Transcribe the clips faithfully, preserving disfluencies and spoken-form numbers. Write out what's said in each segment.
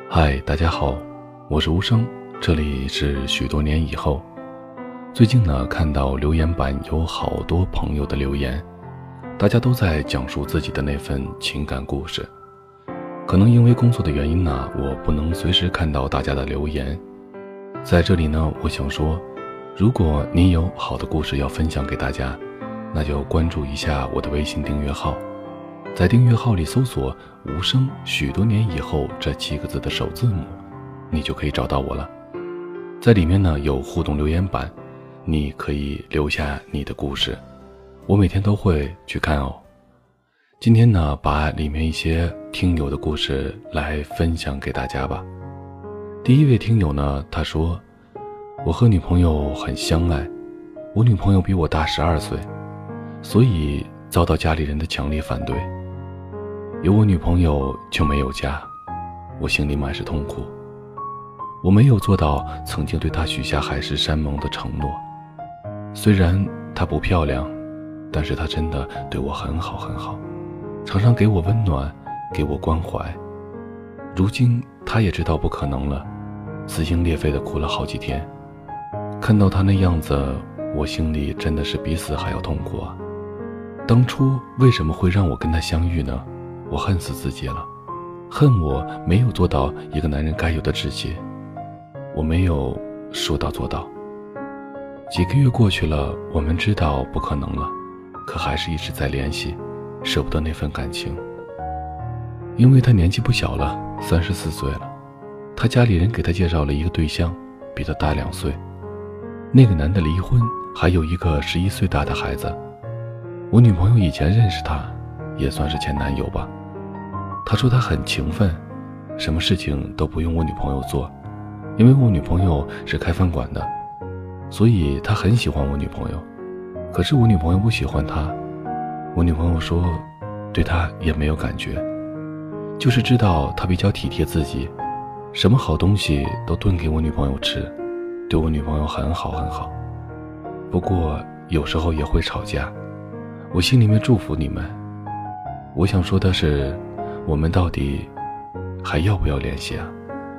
嗨，大家好，我是无声，这里是许多年以后。最近呢，看到留言板有好多朋友的留言，大家都在讲述自己的那份情感故事。可能因为工作的原因呢，我不能随时看到大家的留言。在这里呢，我想说，如果你有好的故事要分享给大家，那就关注一下我的微信订阅号，在订阅号里搜索无声许多年以后这七个字的首字母，你就可以找到我了。在里面呢有互动留言板，你可以留下你的故事，我每天都会去看哦。今天呢，把里面一些听友的故事来分享给大家吧。第一位听友呢，他说，我和女朋友很相爱，我女朋友比我大十二岁，所以遭到家里人的强烈反对。有我女朋友就没有家，我心里满是痛苦。我没有做到曾经对她许下海誓山盟的承诺，虽然她不漂亮，但是她真的对我很好很好，常常给我温暖，给我关怀。如今她也知道不可能了，撕心裂肺地哭了好几天。看到她那样子，我心里真的是比死还要痛苦啊。当初为什么会让我跟她相遇呢？我恨死自己了，恨我没有做到一个男人该有的直接，我没有说到做到。几个月过去了，我们知道不可能了，可还是一直在联系，舍不得那份感情。因为他年纪不小了，三十四岁了，他家里人给他介绍了一个对象，比他大两岁。那个男的离婚，还有一个十一岁大的孩子。我女朋友以前认识他，也算是前男友吧。他说他很勤奋，什么事情都不用我女朋友做，因为我女朋友是开饭馆的，所以他很喜欢我女朋友。可是我女朋友不喜欢他，我女朋友说对他也没有感觉，就是知道他比较体贴自己，什么好东西都炖给我女朋友吃，对我女朋友很好很好。不过有时候也会吵架，我心里面祝福你们。我想说的是，我们到底还要不要联系啊？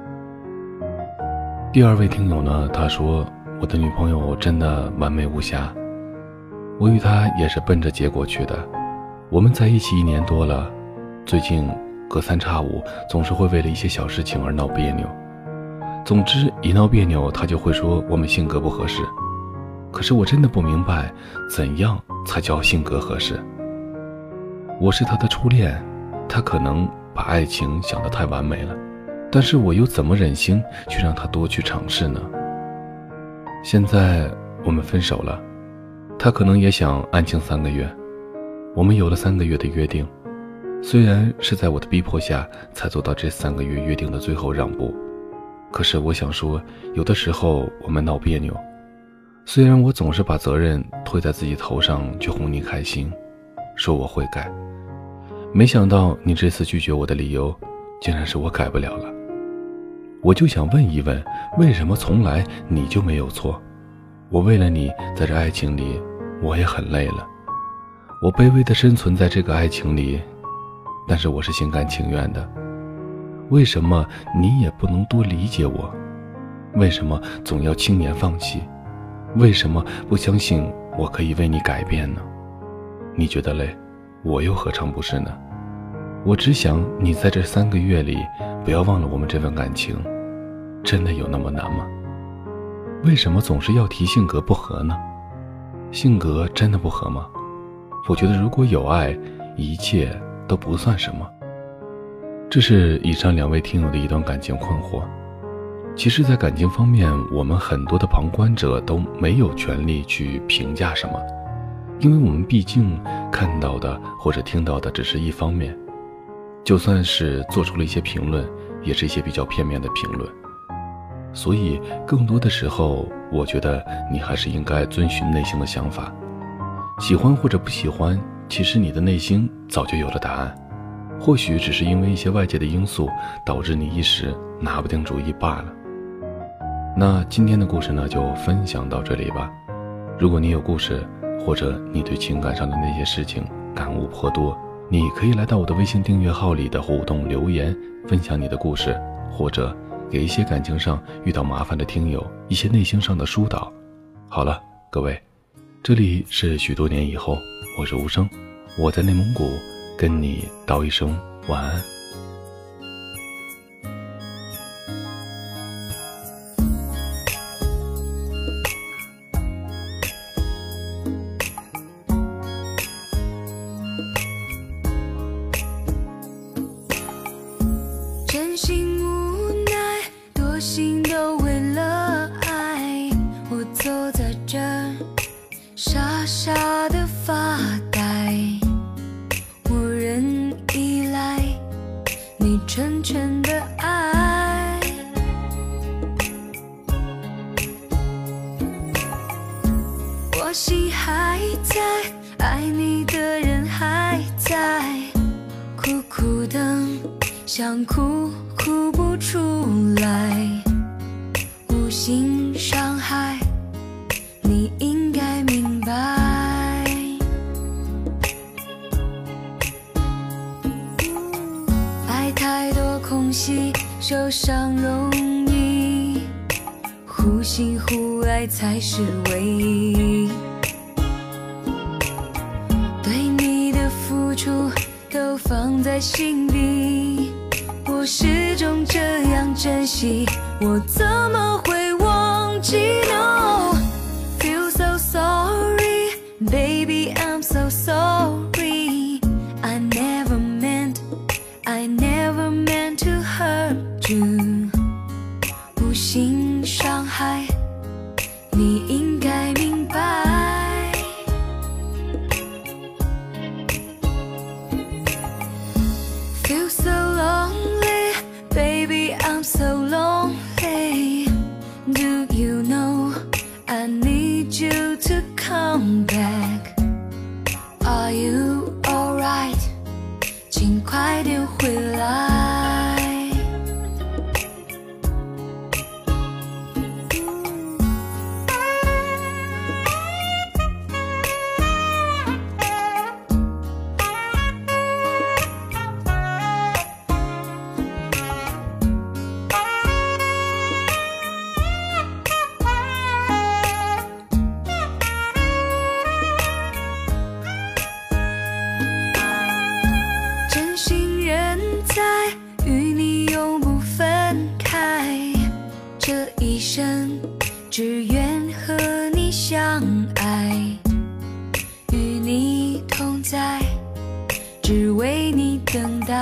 第二位听友呢，他说，我的女朋友真的完美无瑕，我与她也是奔着结果去的。我们在一起一年多了，最近隔三差五总是会为了一些小事情而闹别扭。总之一闹别扭，她就会说我们性格不合适。可是我真的不明白，怎样才叫性格合适？我是她的初恋，她可能把爱情想得太完美了，但是我又怎么忍心去让她多去尝试呢？现在我们分手了，她可能也想安静三个月，我们有了三个月的约定，虽然是在我的逼迫下才做到这三个月约定的最后让步，可是我想说，有的时候我们闹别扭，虽然我总是把责任推在自己头上去哄你开心，说我会改，没想到你这次拒绝我的理由竟然是我改不了了。我就想问一问，为什么从来你就没有错？我为了你在这爱情里，我也很累了，我卑微的生存在这个爱情里，但是我是心甘情愿的。为什么你也不能多理解我？为什么总要轻言放弃？为什么不相信我可以为你改变呢？你觉得累，我又何尝不是呢？我只想你在这三个月里不要忘了我们这份感情，真的有那么难吗？为什么总是要提性格不合呢？性格真的不合吗？我觉得如果有爱，一切都不算什么。这是以上两位听友的一段感情困惑。其实在感情方面，我们很多的旁观者都没有权利去评价什么，因为我们毕竟看到的或者听到的只是一方面，就算是做出了一些评论，也是一些比较片面的评论。所以更多的时候，我觉得你还是应该遵循内心的想法，喜欢或者不喜欢，其实你的内心早就有了答案，或许只是因为一些外界的因素导致你一时拿不定主意罢了。那今天的故事呢，就分享到这里吧。如果你有故事，或者你对情感上的那些事情感悟颇多，你可以来到我的微信订阅号里的互动留言，分享你的故事， 或者给一些感情上遇到麻烦的听友一些内心上的疏导。好了，各位，这里是许多年以后，我是无声，我在内蒙古跟你道一声晚安。 真心无奈，多心都为了爱，我坐在这儿傻傻的发呆，我仍依赖你成全的爱，我心还在，爱你的人还在，苦苦等，想哭哭不出来，无心伤害，你应该明白。爱太多空隙，受伤容易，互信互爱才是唯一。对你的付出都放在心底，我始终这样珍惜，我怎么会忘记 ？No, feel so sorry, baby, I'm so sorry. I never meant, I never meant to hurt you. 无心伤害，你应该明白。Feel so lonely, baby, I'm so lonely. Do you know I need you to come back? Are you alright? 请快点回来。真心人在，与你永不分开，这一生只愿和你相爱，与你同在，只为你等待。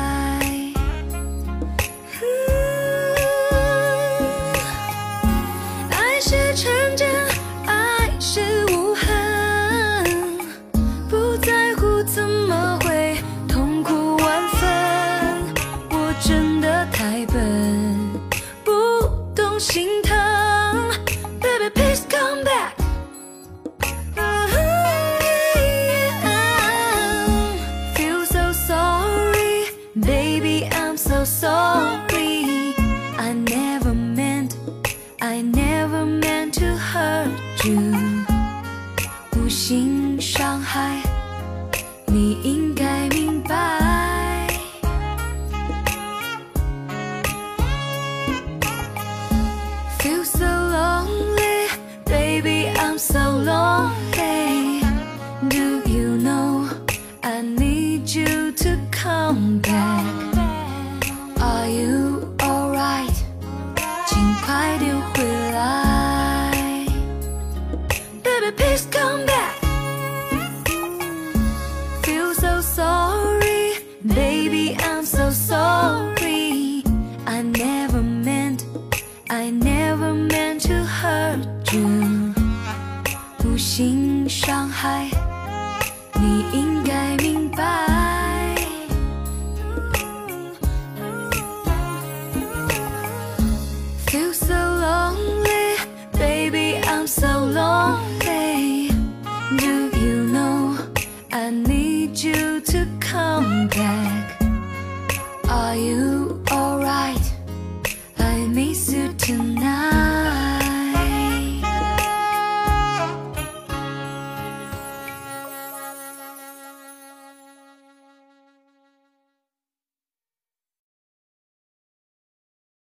爱是纯真，爱是无痕，不在乎怎么会痛苦万分，我真的太笨，不懂心疼。Baby, please come back. Feel so sorry, baby, I'm so sorry. I never meant, I never meant to hurt you. 无心伤害，你应该明白。Feel so lonely, baby, I'm so lonely. Do you know I need you to come back? Are you alright? 请快点回来。Baby, please come back. Feel so sorry, baby, I'm so sorry. I never meant, I never meant to hurt you. 无心伤害，你应该明白。Feel so lonely, baby, I'm so lonely. Do you know I need you to come back? Are you